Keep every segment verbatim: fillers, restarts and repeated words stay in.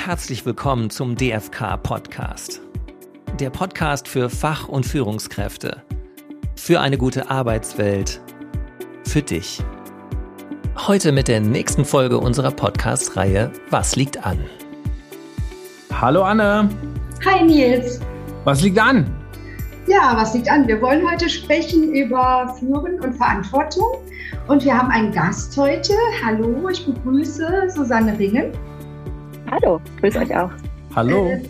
Herzlich willkommen zum D F K-Podcast. Der Podcast für Fach- und Führungskräfte. Für eine gute Arbeitswelt. Für dich. Heute mit der nächsten Folge unserer Podcast-Reihe Was liegt an? Hallo Anne. Hi Nils. Was liegt an? Ja, was liegt an? Wir wollen heute sprechen über Führen und Verantwortung. Und wir haben einen Gast heute. Hallo, ich begrüße Susanne Ringen. Hallo, grüß euch auch. Hallo. Äh,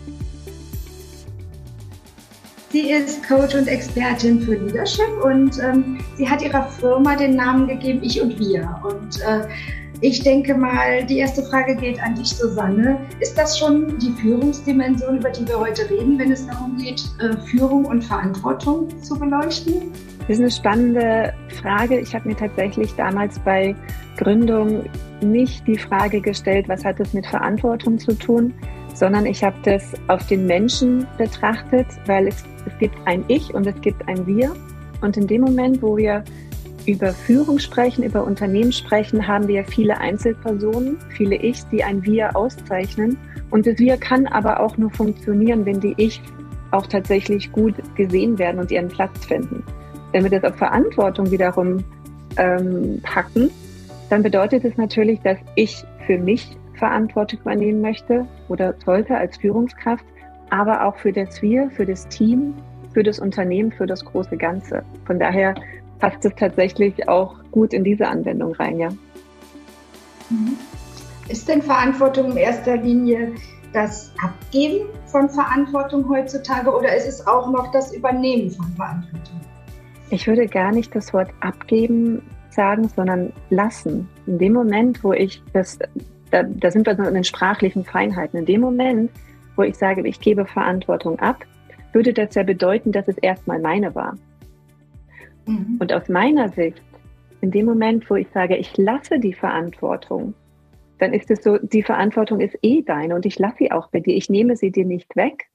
sie ist Coach und Expertin für Leadership und ähm, sie hat ihrer Firma den Namen gegeben Ich und Wir. Und äh, ich denke mal, die erste Frage geht an dich, Susanne. Ist das schon die Führungsdimension, über die wir heute reden, wenn es darum geht, äh, Führung und Verantwortung zu beleuchten? Das ist eine spannende Frage. Ich habe mir tatsächlich damals bei Gründung nicht die Frage gestellt, was hat es mit Verantwortung zu tun, sondern ich habe das auf den Menschen betrachtet, weil es, es gibt ein Ich und es gibt ein Wir. Und in dem Moment, wo wir über Führung sprechen, über Unternehmen sprechen, haben wir viele Einzelpersonen, viele Ichs, die ein Wir auszeichnen. Und das Wir kann aber auch nur funktionieren, wenn die Ichs auch tatsächlich gut gesehen werden und ihren Platz finden. Wenn wir das auf Verantwortung wiederum ähm, packen, dann bedeutet es natürlich, dass ich für mich Verantwortung übernehmen möchte oder sollte als Führungskraft, aber auch für das Wir, für das Team, für das Unternehmen, für das große Ganze. Von daher passt es tatsächlich auch gut in diese Anwendung rein, ja. Ist denn Verantwortung in erster Linie das Abgeben von Verantwortung heutzutage oder ist es auch noch das Übernehmen von Verantwortung? Ich würde gar nicht das Wort abgeben sagen, sondern lassen. In dem Moment, wo ich das, da, da sind wir so in den sprachlichen Feinheiten, in dem Moment, wo ich sage, ich gebe Verantwortung ab, würde das ja bedeuten, dass es erstmal meine war. Mhm. Und aus meiner Sicht, in dem Moment, wo ich sage, ich lasse die Verantwortung, dann ist es so, die Verantwortung ist eh deine und ich lasse sie auch bei dir. Ich nehme sie dir nicht weg.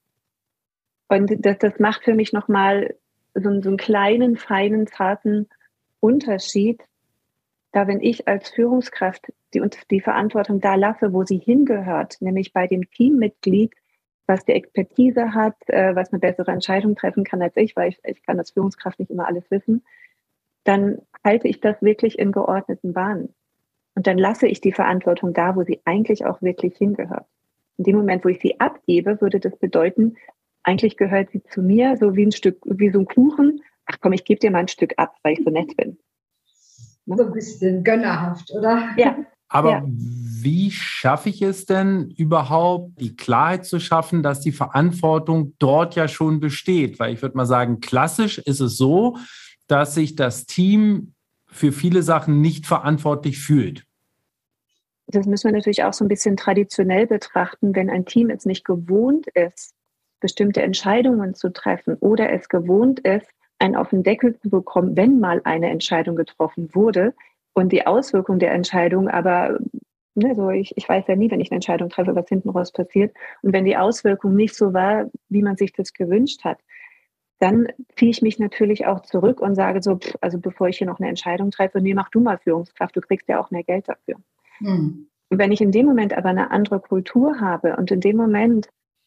Und das, das macht für mich nochmal so, so einen kleinen, feinen, zarten Unterschied, da wenn ich als Führungskraft die, die Verantwortung da lasse, wo sie hingehört, nämlich bei dem Teammitglied, was die Expertise hat, äh, was eine bessere Entscheidung treffen kann als ich, weil ich, ich kann als Führungskraft nicht immer alles wissen, dann halte ich das wirklich in geordneten Bahnen. Und dann lasse ich die Verantwortung da, wo sie eigentlich auch wirklich hingehört. In dem Moment, wo ich sie abgebe, würde das bedeuten, eigentlich gehört sie zu mir, so wie ein Stück, wie so ein Kuchen. Ach komm, ich gebe dir mal ein Stück ab, weil ich so nett bin. Ne? So ein bisschen gönnerhaft, oder? Ja. Aber ja. Wie schaffe ich es denn überhaupt, die Klarheit zu schaffen, dass die Verantwortung dort ja schon besteht? Weil ich würde mal sagen, klassisch ist es so, dass sich das Team für viele Sachen nicht verantwortlich fühlt. Das müssen wir natürlich auch so ein bisschen traditionell betrachten, wenn ein Team es nicht gewohnt ist, bestimmte Entscheidungen zu treffen oder es gewohnt ist, einen auf den Deckel zu bekommen, wenn mal eine Entscheidung getroffen wurde und die Auswirkung der Entscheidung aber, ne, so ich, ich weiß ja nie, wenn ich eine Entscheidung treffe, was hinten raus passiert und wenn die Auswirkung nicht so war, wie man sich das gewünscht hat, dann ziehe ich mich natürlich auch zurück und sage so, pff, also bevor ich hier noch eine Entscheidung treffe, nee, mach du mal Führungskraft, du kriegst ja auch mehr Geld dafür. Mhm. Und wenn ich in dem Moment aber eine andere Kultur habe und in dem Moment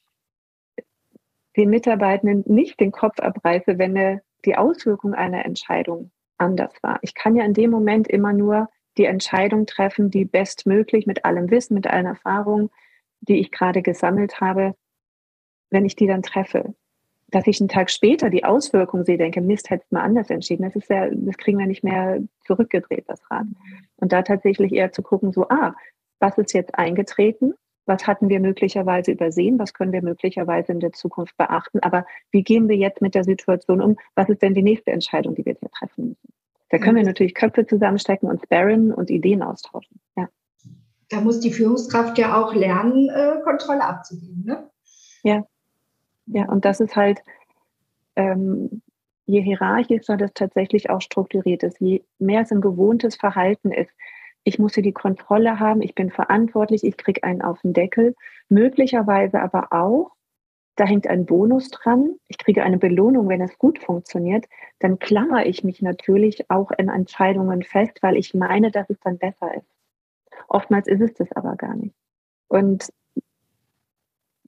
den Mitarbeitenden nicht den Kopf abreiße, wenn eine, die Auswirkung einer Entscheidung anders war. Ich kann ja in dem Moment immer nur die Entscheidung treffen, die bestmöglich mit allem Wissen, mit allen Erfahrungen, die ich gerade gesammelt habe, wenn ich die dann treffe. Dass ich einen Tag später die Auswirkung sehe, denke, Mist, hätte ich mal anders entschieden. Das ist ja, das kriegen wir nicht mehr zurückgedreht, das Rad. Und da tatsächlich eher zu gucken, so, ah, was ist jetzt eingetreten? Was hatten wir möglicherweise übersehen? Was können wir möglicherweise in der Zukunft beachten? Aber wie gehen wir jetzt mit der Situation um? Was ist denn die nächste Entscheidung, die wir hier treffen müssen? Da können wir natürlich Köpfe zusammenstecken und sparren und Ideen austauschen. Ja. Da muss die Führungskraft ja auch lernen, äh, Kontrolle abzugeben, ne? Ja. Ja, und das ist halt, ähm, je hierarchischer das tatsächlich auch strukturiert ist, je mehr es ein gewohntes Verhalten ist, ich muss hier die Kontrolle haben, ich bin verantwortlich, ich kriege einen auf den Deckel. Möglicherweise aber auch, da hängt ein Bonus dran, ich kriege eine Belohnung, wenn es gut funktioniert, dann klammere ich mich natürlich auch in Entscheidungen fest, weil ich meine, dass es dann besser ist. Oftmals ist es das aber gar nicht. Und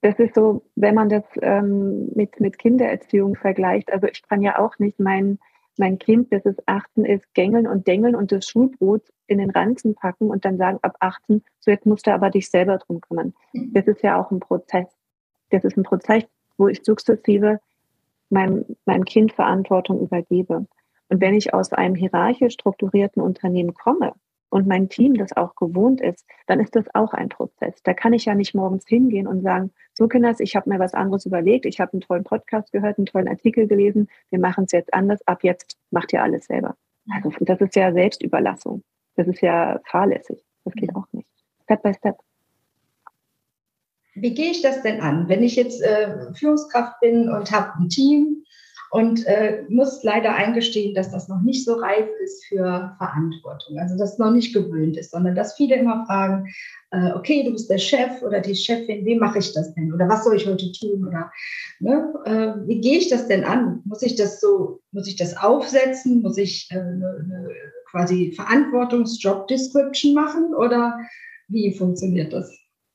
das ist so, wenn man das ähm, mit, mit Kindererziehung vergleicht. Also ich kann ja auch nicht mein, mein Kind, bis es achtzehn ist, gängeln und dengeln und das Schulbrot in den Ranzen packen und dann sagen, ab achtzehn, so jetzt musst du aber dich selber drum kümmern. Das ist ja auch ein Prozess. Das ist ein Prozess, wo ich sukzessive meinem, meinem Kind Verantwortung übergebe. Und wenn ich aus einem hierarchisch strukturierten Unternehmen komme und mein Team das auch gewohnt ist, dann ist das auch ein Prozess. Da kann ich ja nicht morgens hingehen und sagen, so Kinders, ich habe mir was anderes überlegt, ich habe einen tollen Podcast gehört, einen tollen Artikel gelesen, wir machen es jetzt anders, ab jetzt macht ihr alles selber. Also das ist ja Selbstüberlassung. Das ist ja fahrlässig. Das geht auch nicht. Step by Step. Wie gehe ich das denn an, wenn ich jetzt äh, Führungskraft bin und habe ein Team und äh, muss leider eingestehen, dass das noch nicht so reif ist für Verantwortung, also das noch nicht gewöhnt ist, sondern dass viele immer fragen, äh, okay, du bist der Chef oder die Chefin, wie mache ich das denn oder was soll ich heute tun oder ne, äh, wie gehe ich das denn an? Muss ich das so, muss ich das aufsetzen? Muss ich äh, eine, eine quasi Verantwortungs-Job-Description machen oder wie funktioniert das?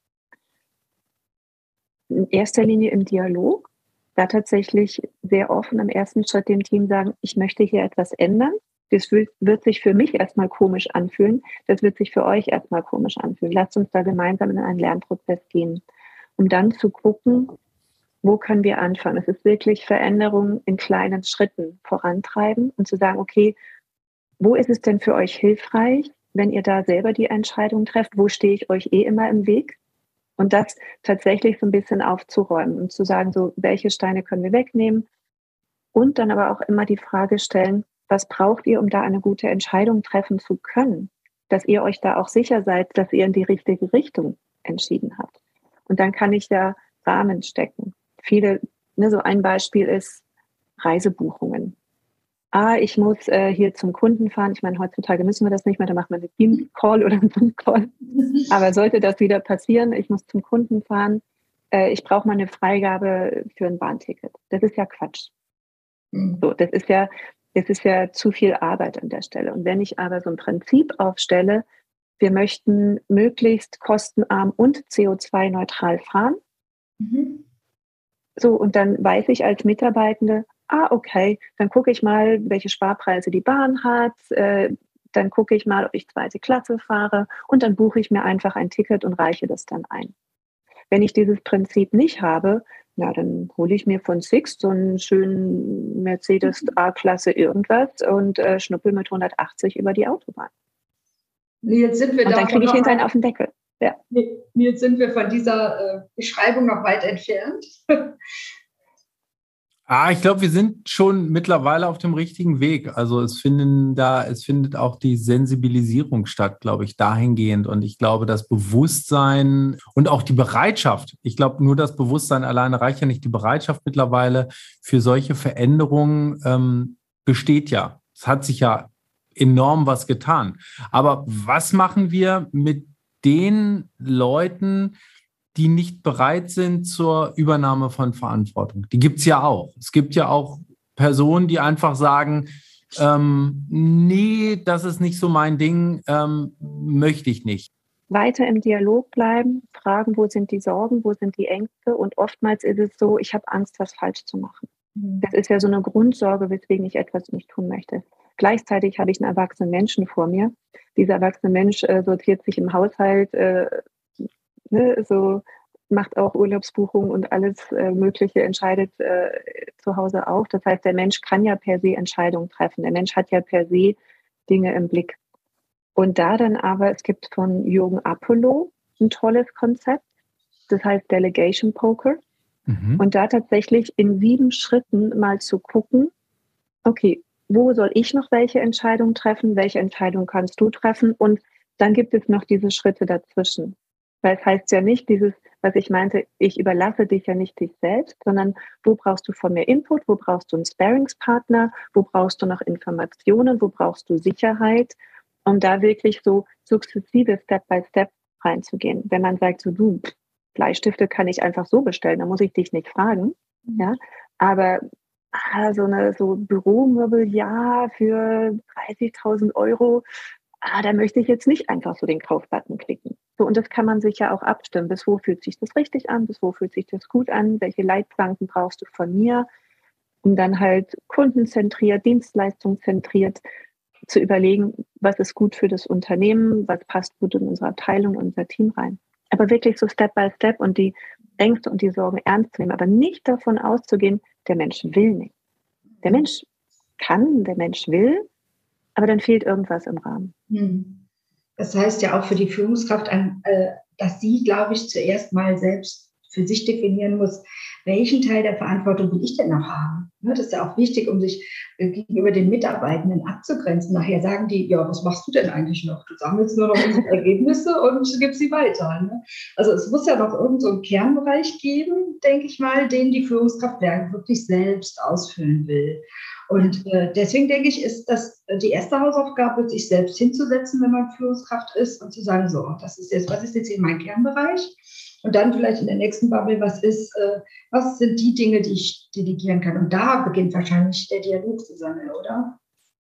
In erster Linie im Dialog, da tatsächlich sehr offen im ersten Schritt dem Team sagen, ich möchte hier etwas ändern. Das wird, wird sich für mich erstmal komisch anfühlen. Das wird sich für euch erstmal komisch anfühlen. Lasst uns da gemeinsam in einen Lernprozess gehen, um dann zu gucken, wo können wir anfangen. Es ist wirklich Veränderung in kleinen Schritten vorantreiben und zu sagen, okay, wo ist es denn für euch hilfreich, wenn ihr da selber die Entscheidung trefft? Wo stehe ich euch eh immer im Weg? Und das tatsächlich so ein bisschen aufzuräumen und zu sagen, so, welche Steine können wir wegnehmen? Und dann aber auch immer die Frage stellen, was braucht ihr, um da eine gute Entscheidung treffen zu können? Dass ihr euch da auch sicher seid, dass ihr in die richtige Richtung entschieden habt. Und dann kann ich ja Rahmen stecken. Viele, ne, so ein Beispiel ist Reisebuchungen. Ah, ich muss äh, hier zum Kunden fahren. Ich meine, heutzutage müssen wir das nicht mehr, da macht man einen Team-Call oder einen Zoom-Call. Aber sollte das wieder passieren, ich muss zum Kunden fahren, äh, ich brauche mal eine Freigabe für ein Bahnticket. Das ist ja Quatsch. Mhm. So, das ist ja, das ist ja zu viel Arbeit an der Stelle. Und wenn ich aber so ein Prinzip aufstelle, wir möchten möglichst kostenarm und C O zwei neutral fahren. Mhm. So, und dann weiß ich als Mitarbeitende, ah, okay, dann gucke ich mal, welche Sparpreise die Bahn hat, äh, dann gucke ich mal, ob ich zweite Klasse fahre und dann buche ich mir einfach ein Ticket und reiche das dann ein. Wenn ich dieses Prinzip nicht habe, na, dann hole ich mir von Sixt so einen schönen Mercedes A-Klasse irgendwas und äh, schnuppel mit hundertachtzig über die Autobahn. Jetzt sind wir und dann kriege ich hinterher auf den Deckel. Ja. Jetzt sind wir von dieser äh, Beschreibung noch weit entfernt. Ah, ich glaube, wir sind schon mittlerweile auf dem richtigen Weg. Also es finden da, es findet auch die Sensibilisierung statt, glaube ich, dahingehend. Und ich glaube, das Bewusstsein und auch die Bereitschaft, ich glaube, nur das Bewusstsein alleine reicht ja nicht. Die Bereitschaft mittlerweile für solche Veränderungen ähm, besteht ja. Es hat sich ja enorm was getan. Aber was machen wir mit den Leuten, die nicht bereit sind zur Übernahme von Verantwortung? Die gibt es ja auch. Es gibt ja auch Personen, die einfach sagen, ähm, nee, das ist nicht so mein Ding, ähm, möchte ich nicht. Weiter im Dialog bleiben, fragen, wo sind die Sorgen, wo sind die Ängste? Und oftmals ist es so, ich habe Angst, was falsch zu machen. Das ist ja so eine Grundsorge, weswegen ich etwas nicht tun möchte. Gleichzeitig habe ich einen erwachsenen Menschen vor mir. Dieser erwachsene Mensch äh, sortiert sich im Haushalt, äh, Ne, so macht auch Urlaubsbuchungen und alles äh, Mögliche, entscheidet äh, zu Hause auch. Das heißt, der Mensch kann ja per se Entscheidungen treffen. Der Mensch hat ja per se Dinge im Blick. Und da dann aber, es gibt von Jürgen Apollo ein tolles Konzept, das heißt Delegation Poker. Mhm. Und da tatsächlich in sieben Schritten mal zu gucken, okay, wo soll ich noch welche Entscheidungen treffen, welche Entscheidung kannst du treffen? Und dann gibt es noch diese Schritte dazwischen. Weil es heißt ja nicht dieses, was ich meinte, ich überlasse dich ja nicht dich selbst, sondern wo brauchst du von mir Input, wo brauchst du einen Sparringspartner, wo brauchst du noch Informationen, wo brauchst du Sicherheit, um da wirklich so sukzessive Step by Step reinzugehen. Wenn man sagt, so du, Bleistifte kann ich einfach so bestellen, dann muss ich dich nicht fragen, ja, aber ah, so eine so Büromöbel, ja, für dreißigtausend Euro, ah, da möchte ich jetzt nicht einfach so den Kaufbutton klicken. So, und das kann man sich ja auch abstimmen. Bis wo fühlt sich das richtig an? Bis wo fühlt sich das gut an? Welche Leitplanken brauchst du von mir? Um dann halt kundenzentriert, dienstleistungszentriert zu überlegen, was ist gut für das Unternehmen, was passt gut in unsere Abteilung, in unser Team rein. Aber wirklich so Step by Step und die Ängste und die Sorgen ernst zu nehmen, aber nicht davon auszugehen, der Mensch will nicht. Der Mensch kann, der Mensch will, aber dann fehlt irgendwas im Rahmen. Das heißt ja auch für die Führungskraft, dass sie, glaube ich, zuerst mal selbst für sich definieren muss, welchen Teil der Verantwortung will ich denn noch haben? Das ist ja auch wichtig, um sich gegenüber den Mitarbeitenden abzugrenzen. Nachher sagen die, ja, was machst du denn eigentlich noch? Du sammelst nur noch unsere Ergebnisse und gibst sie weiter. Also es muss ja noch irgendeinen so einen Kernbereich geben, denke ich mal, den die Führungskraft wirklich selbst ausfüllen will. Und äh, deswegen denke ich, ist das die erste Hausaufgabe, sich selbst hinzusetzen, wenn man Führungskraft ist und zu sagen, so, das ist jetzt, was ist jetzt hier mein Kernbereich? Und dann vielleicht in der nächsten Bubble, was ist, äh, was sind die Dinge, die ich delegieren kann? Und da beginnt wahrscheinlich der Dialog, Susanne, oder?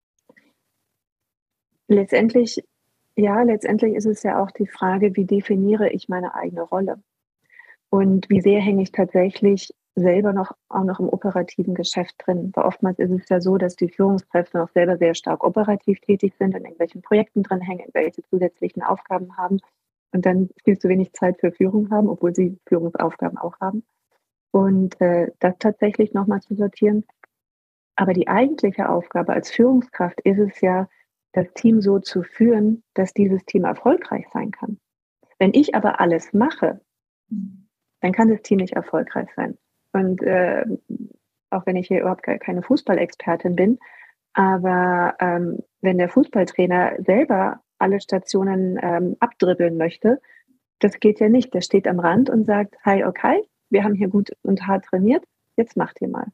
Letztendlich, ja, letztendlich ist es ja auch die Frage, wie definiere ich meine eigene Rolle? Und wie sehr hänge ich tatsächlich selber noch auch noch im operativen Geschäft drin? Weil oftmals ist es ja so, dass die Führungskräfte noch selber sehr stark operativ tätig sind, in irgendwelchen Projekten drin hängen, irgendwelche zusätzlichen Aufgaben haben und dann viel zu wenig Zeit für Führung haben, obwohl sie Führungsaufgaben auch haben. Und äh, das tatsächlich nochmal zu sortieren. Aber die eigentliche Aufgabe als Führungskraft ist es ja, das Team so zu führen, dass dieses Team erfolgreich sein kann. Wenn ich aber alles mache, dann kann das Team nicht erfolgreich sein. Und äh, auch wenn ich hier überhaupt keine Fußballexpertin bin, aber ähm, wenn der Fußballtrainer selber alle Stationen ähm, abdribbeln möchte, das geht ja nicht. Der steht am Rand und sagt, hi, okay, wir haben hier gut und hart trainiert, jetzt macht ihr mal.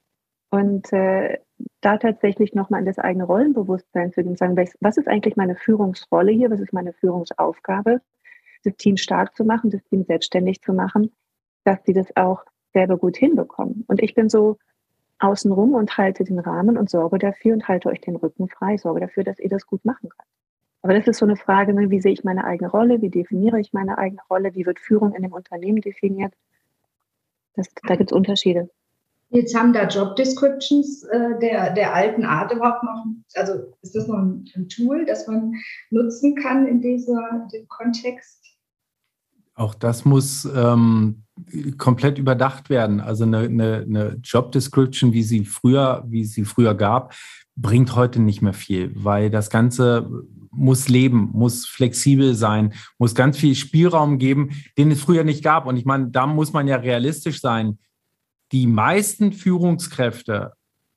Und äh, da tatsächlich nochmal in das eigene Rollenbewusstsein zu gehen und sagen, was ist eigentlich meine Führungsrolle hier, was ist meine Führungsaufgabe, das Team stark zu machen, das Team selbstständig zu machen, dass sie das auch selber gut hinbekommen. Und ich bin so außenrum und halte den Rahmen und sorge dafür und halte euch den Rücken frei, sorge dafür, dass ihr das gut machen könnt. Aber das ist so eine Frage, ne, wie sehe ich meine eigene Rolle, wie definiere ich meine eigene Rolle, wie wird Führung in dem Unternehmen definiert? Das, da gibt es Unterschiede. Jetzt haben da Job Descriptions äh, der, der alten Art überhaupt noch, also ist das noch ein, ein Tool, das man nutzen kann in dieser, dem Kontext? Auch das muss ähm, komplett überdacht werden. Also eine, eine, eine Job Description, wie sie früher, wie sie früher gab, bringt heute nicht mehr viel, weil das Ganze muss leben, muss flexibel sein, muss ganz viel Spielraum geben, den es früher nicht gab. Und ich meine, da muss man ja realistisch sein. Die meisten Führungskräfte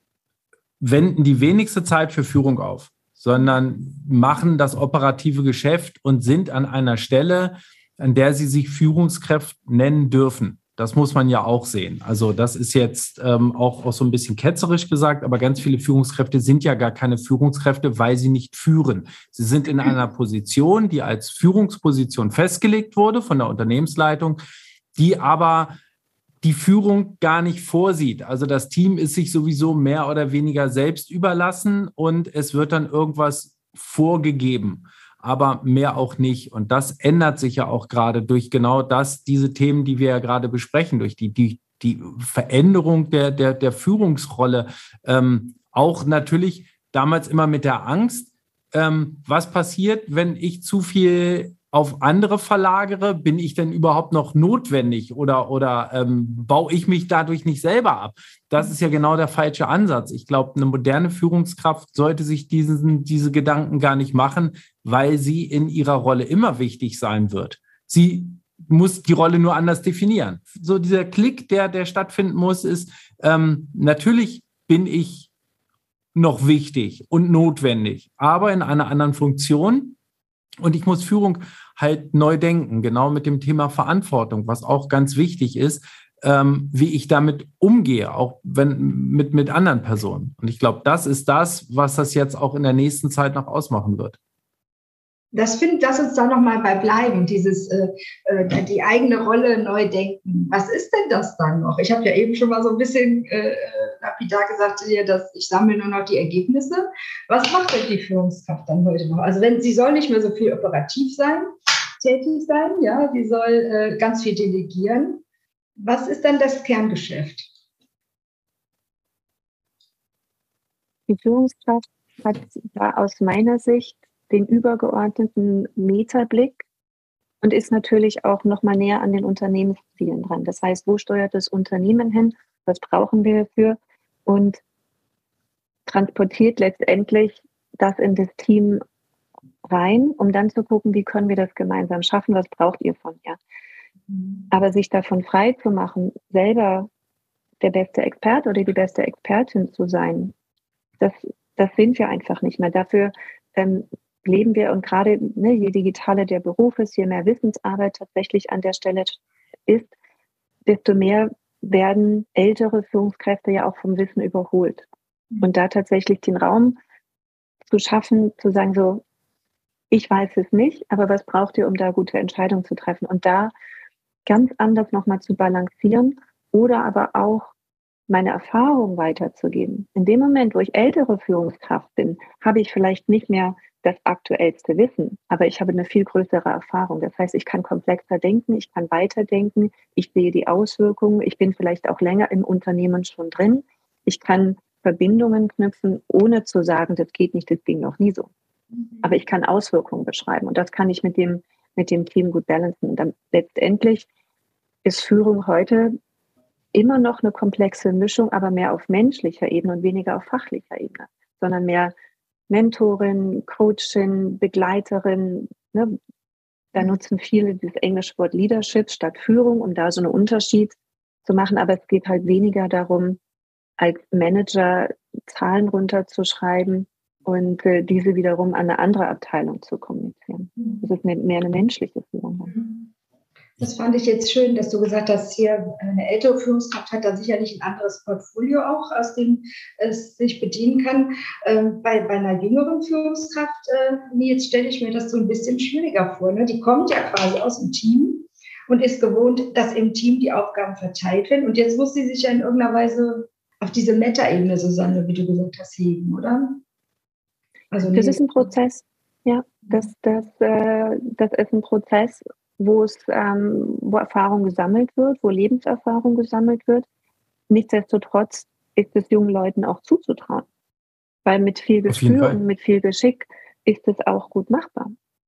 wenden die wenigste Zeit für Führung auf, sondern machen das operative Geschäft und sind an einer Stelle, an der sie sich Führungskraft nennen dürfen. Das muss man ja auch sehen. Also das ist jetzt ähm, auch, auch so ein bisschen ketzerisch gesagt, aber ganz viele Führungskräfte sind ja gar keine Führungskräfte, weil sie nicht führen. Sie sind in einer Position, die als Führungsposition festgelegt wurde von der Unternehmensleitung, die aber die Führung gar nicht vorsieht. Also das Team ist sich sowieso mehr oder weniger selbst überlassen und es wird dann irgendwas vorgegeben, aber mehr auch nicht. Und das ändert sich ja auch gerade durch genau das, diese Themen, die wir ja gerade besprechen, durch die, die, die Veränderung der, der, der Führungsrolle. Ähm, auch natürlich damals immer mit der Angst, ähm, was passiert, wenn ich zu viel auf andere verlagere, bin ich denn überhaupt noch notwendig oder, oder ähm, baue ich mich dadurch nicht selber ab? Das ist ja genau der falsche Ansatz. Ich glaube, eine moderne Führungskraft sollte sich diesen, diese Gedanken gar nicht machen, weil sie in ihrer Rolle immer wichtig sein wird. Sie muss die Rolle nur anders definieren. So dieser Klick, der, der stattfinden muss, ist, ähm, natürlich bin ich noch wichtig und notwendig, aber in einer anderen Funktion. Und ich muss Führung halt neu denken, genau mit dem Thema Verantwortung, was auch ganz wichtig ist, ähm, wie ich damit umgehe, auch wenn mit, mit anderen Personen. Und ich glaube, das ist das, was das jetzt auch in der nächsten Zeit noch ausmachen wird. Das finde, lass uns da nochmal bei bleiben, dieses äh, äh, die eigene Rolle neu denken. Was ist denn das dann noch? Ich habe ja eben schon mal so ein bisschen äh, lapidar gesagt, hier, dass ich sammle nur noch die Ergebnisse. Was macht denn die Führungskraft dann heute noch? Also wenn sie soll nicht mehr so viel operativ sein, tätig sein, ja, sie soll äh, ganz viel delegieren. Was ist dann das Kerngeschäft? Die Führungskraft hat da aus meiner Sicht den übergeordneten Metablick und ist natürlich auch noch mal näher an den Unternehmenszielen dran. Das heißt, wo steuert das Unternehmen hin? Was brauchen wir dafür? Und transportiert letztendlich das in das Team rein, um dann zu gucken, wie können wir das gemeinsam schaffen? Was braucht ihr von mir? Mhm. Aber sich davon frei zu machen, selber der beste Experte oder die beste Expertin zu sein, das, das sind wir einfach nicht mehr. Dafür ähm, leben wir, und gerade ne, je digitaler der Beruf ist, je mehr Wissensarbeit tatsächlich an der Stelle ist, desto mehr werden ältere Führungskräfte ja auch vom Wissen überholt. Und da tatsächlich den Raum zu schaffen, zu sagen so, ich weiß es nicht, aber was braucht ihr, um da gute Entscheidungen zu treffen? Und da ganz anders nochmal zu balancieren oder aber auch meine Erfahrung weiterzugeben. In dem Moment, wo ich ältere Führungskraft bin, habe ich vielleicht nicht mehr das aktuellste Wissen, aber ich habe eine viel größere Erfahrung. Das heißt, ich kann komplexer denken, ich kann weiterdenken, ich sehe die Auswirkungen, ich bin vielleicht auch länger im Unternehmen schon drin, ich kann Verbindungen knüpfen, ohne zu sagen, das geht nicht, das ging noch nie so. Aber ich kann Auswirkungen beschreiben und das kann ich mit dem, mit dem Team gut balancen. Und dann letztendlich ist Führung heute immer noch eine komplexe Mischung, aber mehr auf menschlicher Ebene und weniger auf fachlicher Ebene, sondern mehr Mentorin, Coachin, Begleiterin. Ne? Da nutzen viele das englische Wort Leadership statt Führung, um da so einen Unterschied zu machen. Aber es geht halt weniger darum, als Manager Zahlen runterzuschreiben und äh, diese wiederum an eine andere Abteilung zu kommunizieren. Das ist mehr, mehr eine menschliche Führung. Das fand ich jetzt schön, dass du gesagt hast, hier eine ältere Führungskraft hat da sicherlich ein anderes Portfolio auch, aus dem es sich bedienen kann. Ähm, bei, bei einer jüngeren Führungskraft, äh, jetzt stelle ich mir das so ein bisschen schwieriger vor. Ne? Die kommt ja quasi aus dem Team und ist gewohnt, dass im Team die Aufgaben verteilt werden. Und jetzt muss sie sich ja in irgendeiner Weise auf diese Meta-Ebene, Susanne, wie du gesagt hast, heben, oder? Also das ist ein Prozess, ja. Das, das, äh, das ist ein Prozess, wo es, ähm, wo Erfahrung gesammelt wird, wo Lebenserfahrung gesammelt wird. Nichtsdestotrotz ist es jungen Leuten auch zuzutrauen, weil mit viel Gespür und mit viel Geschick ist es auch gut machbar.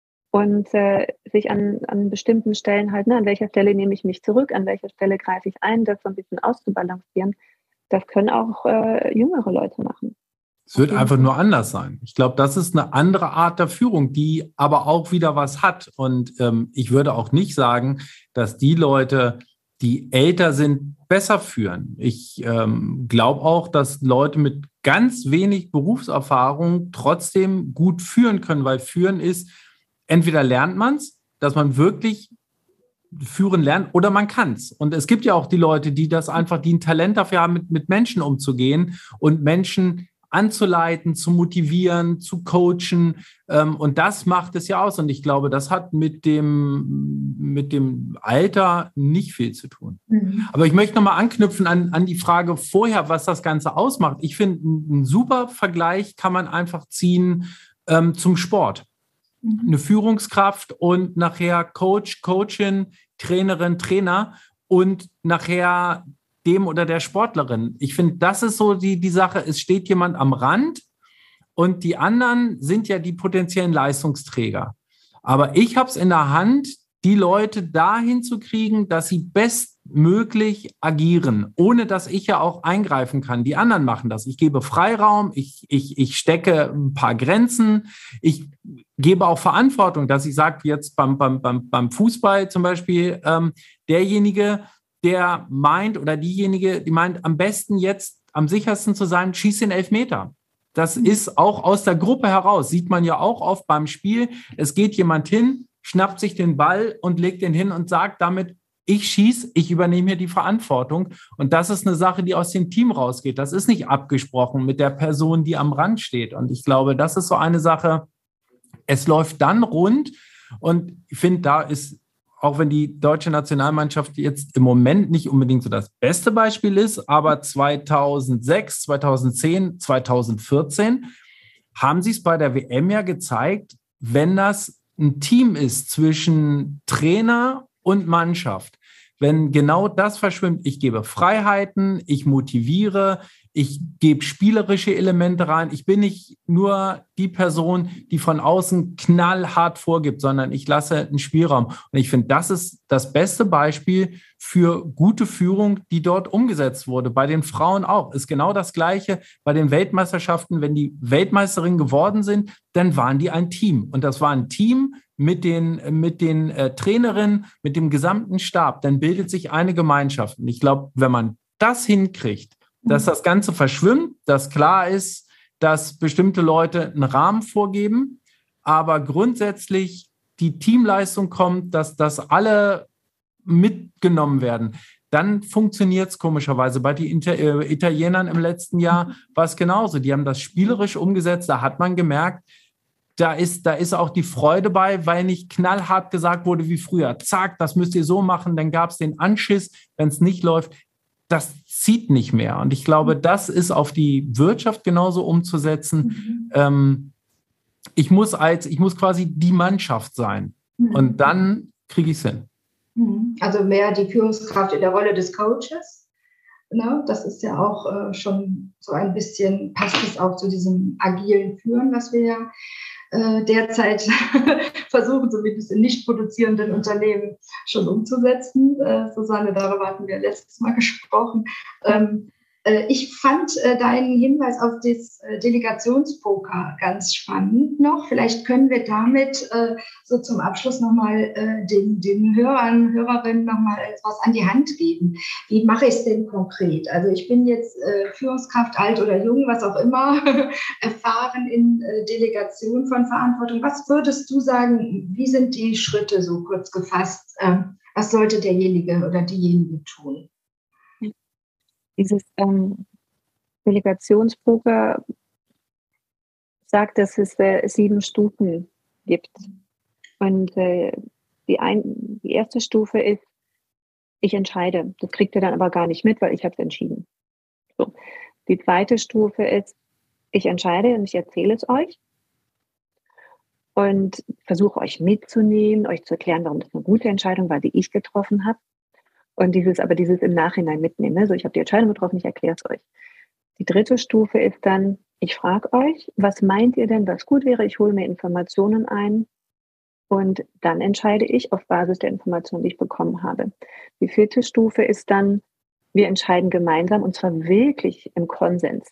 Und äh, sich an, an bestimmten Stellen halt, ne, an welcher Stelle nehme ich mich zurück, an welcher Stelle greife ich ein, das so ein bisschen auszubalancieren, das können auch äh, jüngere Leute machen. Es wird einfach nur anders sein. Ich glaube, das ist eine andere Art der Führung, die aber auch wieder was hat. Und ähm, ich würde auch nicht sagen, dass die Leute, die älter sind, besser führen. Ich ähm, glaube auch, dass Leute mit ganz wenig Berufserfahrung trotzdem gut führen können, weil führen ist, entweder lernt man es, dass man wirklich führen lernt, oder man kann es. Und es gibt ja auch die Leute, die das einfach, die ein Talent dafür haben, mit, mit Menschen umzugehen und Menschen anzuleiten, zu motivieren, zu coachen. Ähm, und das macht es ja aus. Und ich glaube, das hat mit dem, mit dem Alter nicht viel zu tun. Mhm. Aber ich möchte nochmal anknüpfen an, an die Frage vorher, was das Ganze ausmacht. Ich finde, einen super Vergleich kann man einfach ziehen ähm, zum Sport. Mhm. Eine Führungskraft und nachher Coach, Coachin, Trainerin, Trainer und nachher dem oder der Sportlerin. Ich finde, das ist so die, die Sache, es steht jemand am Rand und die anderen sind ja die potenziellen Leistungsträger. Aber ich habe es in der Hand, die Leute dahin zu kriegen, dass sie bestmöglich agieren, ohne dass ich ja auch eingreifen kann. Die anderen machen das. Ich gebe Freiraum, ich, ich, ich stecke ein paar Grenzen, ich gebe auch Verantwortung, dass ich sage, jetzt beim, beim, beim, beim Fußball zum Beispiel, ähm, derjenige, der meint oder diejenige, die meint, am besten jetzt, am sichersten zu sein, schießt den Elfmeter. Das ist auch aus der Gruppe heraus, sieht man ja auch oft beim Spiel. Es geht jemand hin, schnappt sich den Ball und legt den hin und sagt damit, ich schieße, ich übernehme hier die Verantwortung. Und das ist eine Sache, die aus dem Team rausgeht. Das ist nicht abgesprochen mit der Person, die am Rand steht. Und ich glaube, das ist so eine Sache, es läuft dann rund. Und ich finde, da ist, auch wenn die deutsche Nationalmannschaft jetzt im Moment nicht unbedingt so das beste Beispiel ist, aber zweitausendsechs, zweitausendzehn, zweitausendvierzehn haben sie es bei der W M ja gezeigt, wenn das ein Team ist zwischen Trainer und Mannschaft, wenn genau das verschwimmt, ich gebe Freiheiten, ich motiviere, ich gebe spielerische Elemente rein. Ich bin nicht nur die Person, die von außen knallhart vorgibt, sondern ich lasse einen Spielraum. Und ich finde, das ist das beste Beispiel für gute Führung, die dort umgesetzt wurde. Bei den Frauen auch. Ist genau das Gleiche bei den Weltmeisterschaften. Wenn die Weltmeisterinnen geworden sind, dann waren die ein Team. Und das war ein Team mit den, mit den äh, Trainerinnen, mit dem gesamten Stab. Dann bildet sich eine Gemeinschaft. Und ich glaube, wenn man das hinkriegt, dass das Ganze verschwimmt, dass klar ist, dass bestimmte Leute einen Rahmen vorgeben, aber grundsätzlich die Teamleistung kommt, dass das alle mitgenommen werden, dann funktioniert es komischerweise. Bei den Inter- äh, Italienern im letzten Jahr war es genauso. Die haben das spielerisch umgesetzt, da hat man gemerkt, da ist, da ist auch die Freude bei, weil nicht knallhart gesagt wurde wie früher. Zack, das müsst ihr so machen, dann gab es den Anschiss, wenn es nicht läuft. Das zieht nicht mehr. Und ich glaube, das ist auf die Wirtschaft genauso umzusetzen. Mhm. Ähm, ich muss als, ich muss quasi die Mannschaft sein. Mhm. Und dann kriege ich es hin. Also mehr die Führungskraft in der Rolle des Coaches. Ne? Das ist ja auch äh, schon so ein bisschen, passt es auch zu diesem agilen Führen, was wir ja äh, derzeit versuchen, zumindest in nicht produzierenden Unternehmen schon umzusetzen. Äh, Susanne, darüber hatten wir letztes Mal gesprochen. Ähm, äh, ich fand äh, deinen Hinweis auf das äh, Delegationspoker ganz spannend noch. Vielleicht können wir damit äh, so zum Abschluss nochmal äh, den, den Hörern, Hörerinnen nochmal etwas an die Hand geben. Wie mache ich es denn konkret? Also ich bin jetzt äh, Führungskraft, alt oder jung, was auch immer, erfahren in äh, Delegation von Verantwortung. Was würdest du sagen, wie sind die Schritte so kurz gefasst? Äh, was sollte derjenige oder diejenige tun? Dieses ähm, Delegationspoker sagt, dass es äh, sieben Stufen gibt. Und äh, die, ein, die erste Stufe ist, ich entscheide. Das kriegt ihr dann aber gar nicht mit, weil ich habe es entschieden. So. Die zweite Stufe ist, ich entscheide und ich erzähle es euch und versuche euch mitzunehmen, euch zu erklären, warum das eine gute Entscheidung war, die ich getroffen habe. Und dieses, aber dieses im Nachhinein mitnehmen. Ne? So, ich habe die Entscheidung getroffen, ich erkläre es euch. Die dritte Stufe ist dann, ich frage euch, was meint ihr denn, was gut wäre? Ich hole mir Informationen ein und dann entscheide ich auf Basis der Informationen, die ich bekommen habe. Die vierte Stufe ist dann, wir entscheiden gemeinsam und zwar wirklich im Konsens.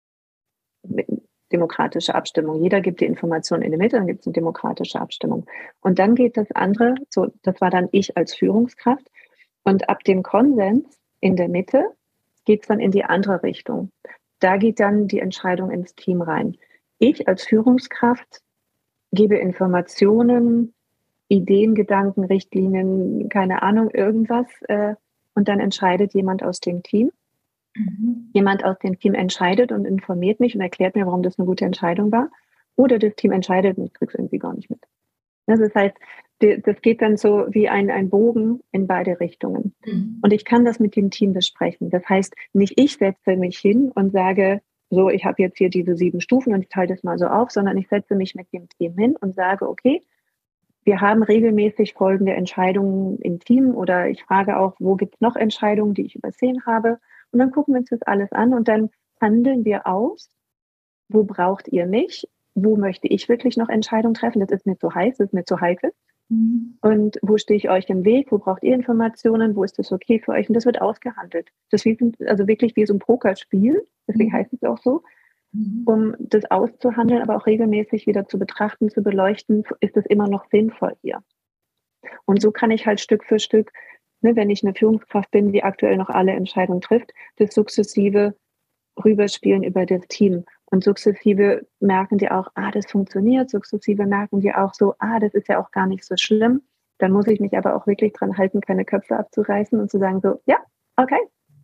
Mit demokratischer Abstimmung. Jeder gibt die Informationen in die Mitte, dann gibt es eine demokratische Abstimmung. Und dann geht das andere, so, das war dann ich als Führungskraft. Und ab dem Konsens in der Mitte geht es dann in die andere Richtung. Da geht dann die Entscheidung ins Team rein. Ich als Führungskraft gebe Informationen, Ideen, Gedanken, Richtlinien, keine Ahnung, irgendwas. Äh, und dann entscheidet jemand aus dem Team. Mhm. Jemand aus dem Team entscheidet und informiert mich und erklärt mir, warum das eine gute Entscheidung war. Oder das Team entscheidet und ich kriege es irgendwie gar nicht mit. Das heißt, das geht dann so wie ein, ein Bogen in beide Richtungen. Mhm. Und ich kann das mit dem Team besprechen. Das heißt, nicht ich setze mich hin und sage, so, ich habe jetzt hier diese sieben Stufen und ich teile das mal so auf, sondern ich setze mich mit dem Team hin und sage, okay, wir haben regelmäßig folgende Entscheidungen im Team oder ich frage auch, wo gibt es noch Entscheidungen, die ich übersehen habe? Und dann gucken wir uns das alles an und dann handeln wir aus, wo braucht ihr mich? Wo möchte ich wirklich noch Entscheidungen treffen? Das ist mir zu heiß, das ist mir zu heikel. Mhm. Und wo stehe ich euch im Weg? Wo braucht ihr Informationen? Wo ist das okay für euch? Und das wird ausgehandelt. Das ist also wirklich wie so ein Pokerspiel, deswegen mhm. heißt es auch so, mhm. um das auszuhandeln, aber auch regelmäßig wieder zu betrachten, zu beleuchten, ist es immer noch sinnvoll hier. Und so kann ich halt Stück für Stück, ne, wenn ich eine Führungskraft bin, die aktuell noch alle Entscheidungen trifft, das sukzessive rüberspielen über das Team. Und sukzessive merken die auch, ah, das funktioniert. Sukzessive merken die auch so, ah, das ist ja auch gar nicht so schlimm. Dann muss ich mich aber auch wirklich dran halten, keine Köpfe abzureißen und zu sagen so, ja, okay,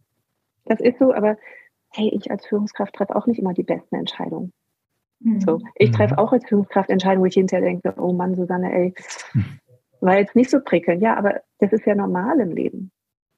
das ist so. Aber hey, ich als Führungskraft treffe auch nicht immer die besten Entscheidungen. Mhm. So, ich treffe auch als Führungskraft Entscheidungen, wo ich hinterher denke, oh Mann, Susanne, ey, war jetzt nicht so prickelnd. Ja, aber das ist ja normal im Leben.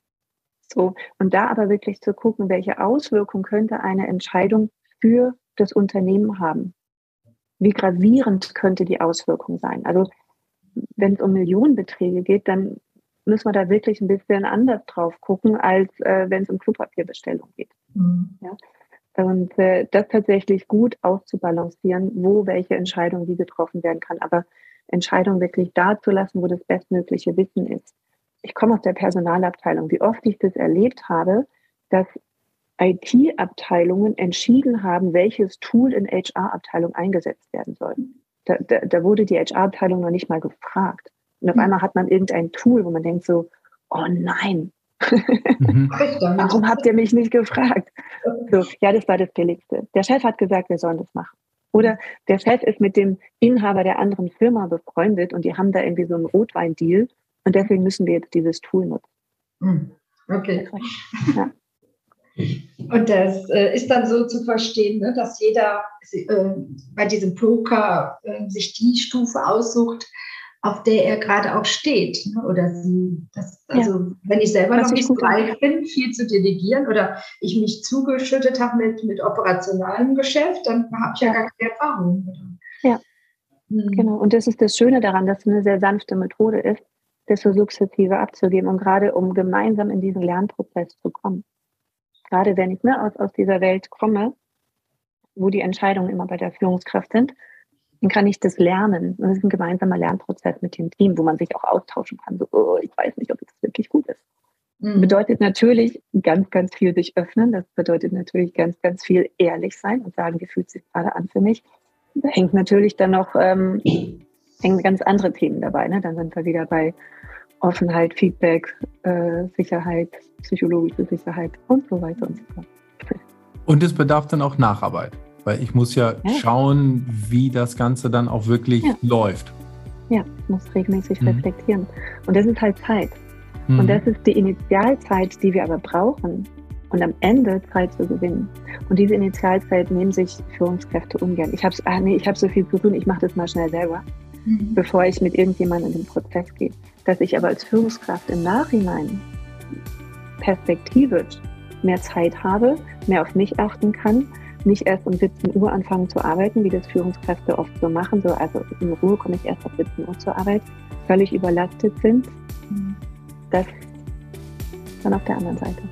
So, und da aber wirklich zu gucken, welche Auswirkungen könnte eine Entscheidung für das Unternehmen haben. Wie gravierend könnte die Auswirkung sein? Also wenn es um Millionenbeträge geht, dann müssen wir da wirklich ein bisschen anders drauf gucken, als äh, wenn es um Klopapierbestellung geht. Mhm. Ja? Und äh, das tatsächlich gut auszubalancieren, wo welche Entscheidung wie getroffen werden kann. Aber Entscheidungen wirklich da zu lassen, wo das bestmögliche Wissen ist. Ich komme aus der Personalabteilung. Wie oft ich das erlebt habe, dass I T-Abteilungen entschieden haben, welches Tool in H R-Abteilung eingesetzt werden soll. Da, da, da wurde die H R-Abteilung noch nicht mal gefragt. Und auf mhm. einmal hat man irgendein Tool, wo man denkt so, oh nein, mhm. warum habt ihr mich nicht gefragt? So, ja, das war das Billigste. Der Chef hat gesagt, wir sollen das machen. Oder der Chef ist mit dem Inhaber der anderen Firma befreundet und die haben da irgendwie so einen Rotwein-Deal und deswegen müssen wir jetzt dieses Tool nutzen. Okay. Ja. Und das äh, ist dann so zu verstehen, ne, dass jeder äh, bei diesem Poker äh, sich die Stufe aussucht, auf der er gerade auch steht. Ne? Oder sie, das, also ja. wenn ich selber Was noch nicht bereit bin, viel zu delegieren oder ich mich zugeschüttet habe mit, mit operationalem Geschäft, dann habe ich ja, ja gar keine Erfahrung. Ja, hm. genau. Und das ist das Schöne daran, dass es eine sehr sanfte Methode ist, das so sukzessive abzugeben und gerade um gemeinsam in diesen Lernprozess zu kommen. Gerade wenn ich ne, aus, aus dieser Welt komme, wo die Entscheidungen immer bei der Führungskraft sind, dann kann ich das lernen. Und das ist ein gemeinsamer Lernprozess mit dem Team, wo man sich auch austauschen kann. So, oh, ich weiß nicht, ob das wirklich gut ist. Mhm. Bedeutet natürlich ganz, ganz viel sich öffnen. Das bedeutet natürlich ganz, ganz viel ehrlich sein und sagen, wie fühlt sich gerade an für mich. Da hängt natürlich dann noch ähm, hängen ganz andere Themen dabei. Ne? Dann sind wir wieder bei Offenheit, Feedback, äh, Sicherheit, psychologische Sicherheit und so weiter und so fort. Und es bedarf dann auch Nacharbeit, weil ich muss ja, ja. schauen, wie das Ganze dann auch wirklich ja. läuft. Ja, ich muss regelmäßig mhm. reflektieren. Und das ist halt Zeit. Mhm. Und das ist die Initialzeit, die wir aber brauchen, und am Ende Zeit zu gewinnen. Und diese Initialzeit nehmen sich Führungskräfte ungern. Ich habe ah, nee, ich hab so viel zu tun, ich mache das mal schnell selber, mhm. bevor ich mit irgendjemandem in den Prozess gehe. Dass ich aber als Führungskraft im Nachhinein perspektivisch mehr Zeit habe, mehr auf mich achten kann, nicht erst um siebzehn Uhr anfangen zu arbeiten, wie das Führungskräfte oft so machen, so, also in Ruhe komme ich erst ab siebzehn Uhr zur Arbeit, völlig überlastet sind. Das dann auf der anderen Seite.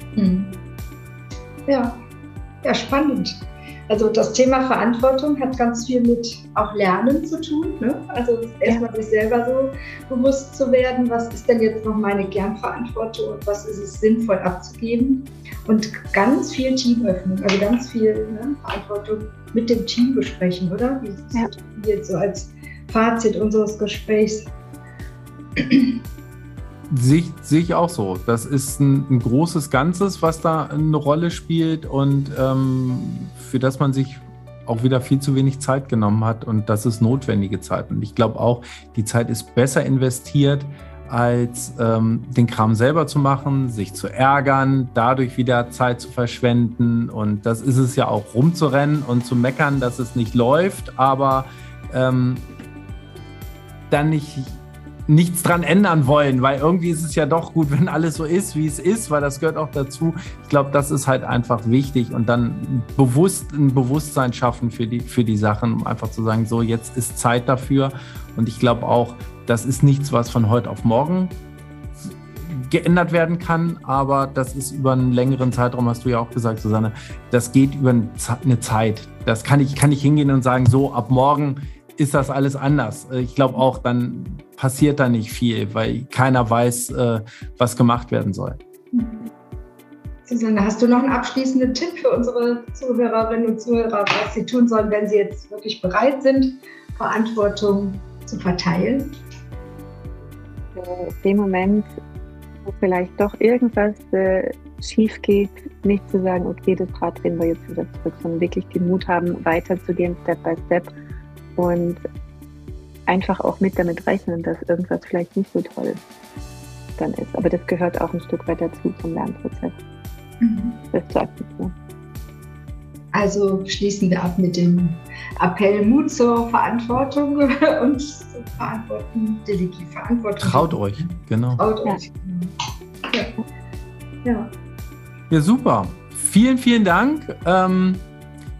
Ja, ja, spannend. Also das Thema Verantwortung hat ganz viel mit auch Lernen zu tun. Ne? Also erstmal sich selber so bewusst zu werden, was ist denn jetzt noch meine Kernverantwortung und was ist es sinnvoll abzugeben. Und ganz viel Teamöffnung, also ganz viel ne, Verantwortung mit dem Team besprechen, oder? Wie ist das ja. jetzt so als Fazit unseres Gesprächs? Sehe seh ich auch so. Das ist ein, ein großes Ganzes, was da eine Rolle spielt und ähm, für das man sich auch wieder viel zu wenig Zeit genommen hat und das ist notwendige Zeit. Und ich glaube auch, die Zeit ist besser investiert, als ähm, den Kram selber zu machen, sich zu ärgern, dadurch wieder Zeit zu verschwenden. Und das ist es ja auch, rumzurennen und zu meckern, dass es nicht läuft, aber ähm, dann nicht... nichts dran ändern wollen, weil irgendwie ist es ja doch gut, wenn alles so ist, wie es ist, weil das gehört auch dazu. Ich glaube, das ist halt einfach wichtig und dann bewusst ein Bewusstsein schaffen für die, für die Sachen, um einfach zu sagen, so, jetzt ist Zeit dafür. Und ich glaube auch, das ist nichts, was von heute auf morgen geändert werden kann, aber das ist über einen längeren Zeitraum, hast du ja auch gesagt, Susanne, das geht über eine Zeit. Das kann ich, kann ich hingehen und sagen, so, ab morgen ist das alles anders. Ich glaube auch, dann passiert da nicht viel, weil keiner weiß, was gemacht werden soll. Susanne, hast du noch einen abschließenden Tipp für unsere Zuhörerinnen und Zuhörer, was sie tun sollen, wenn sie jetzt wirklich bereit sind, Verantwortung zu verteilen? In dem Moment, wo vielleicht doch irgendwas äh, schief geht, nicht zu sagen, okay, das Rad drehen wir jetzt wieder zurück, sondern wirklich den Mut haben, weiterzugehen, Step by Step. Und einfach auch mit damit rechnen, dass irgendwas vielleicht nicht so toll dann ist. Aber das gehört auch ein Stück weit dazu zum Lernprozess. Mhm. Das zu akzeptieren. Also schließen wir ab mit dem Appell Mut zur Verantwortung und zur Verantwortung, Delegie, Verantwortung. Traut euch, genau. Traut euch. Ja. Ja. Ja, super. Vielen, vielen Dank. Ähm,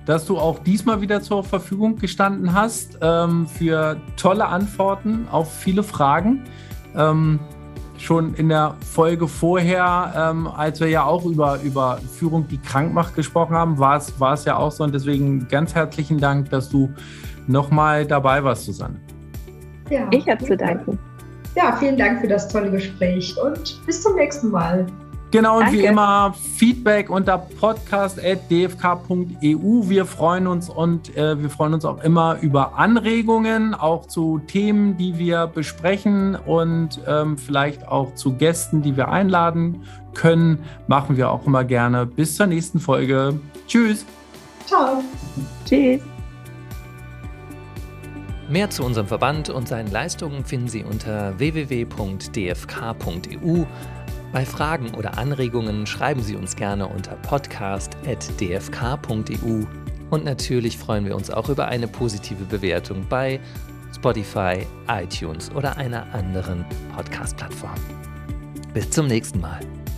dass du auch diesmal wieder zur Verfügung gestanden hast ähm, für tolle Antworten auf viele Fragen. Ähm, schon in der Folge vorher, ähm, als wir ja auch über, über Führung, die krank macht, gesprochen haben, war es, war es ja auch so. Und deswegen ganz herzlichen Dank, dass du nochmal dabei warst, Susanne. Ja, ich habe zu danken. Ja, vielen Dank für das tolle Gespräch und bis zum nächsten Mal. Genau, und Danke. Wie immer Feedback unter podcast at d f k punkt e u. Wir freuen uns und äh, wir freuen uns auch immer über Anregungen, auch zu Themen, die wir besprechen und ähm, vielleicht auch zu Gästen, die wir einladen können. Machen wir auch immer gerne. Bis zur nächsten Folge. Tschüss. Ciao. Tschüss. Mehr zu unserem Verband und seinen Leistungen finden Sie unter w w w punkt d f k punkt e u. Bei Fragen oder Anregungen schreiben Sie uns gerne unter podcast at d f k punkt e u. Und natürlich freuen wir uns auch über eine positive Bewertung bei Spotify, iTunes oder einer anderen Podcast-Plattform. Bis zum nächsten Mal.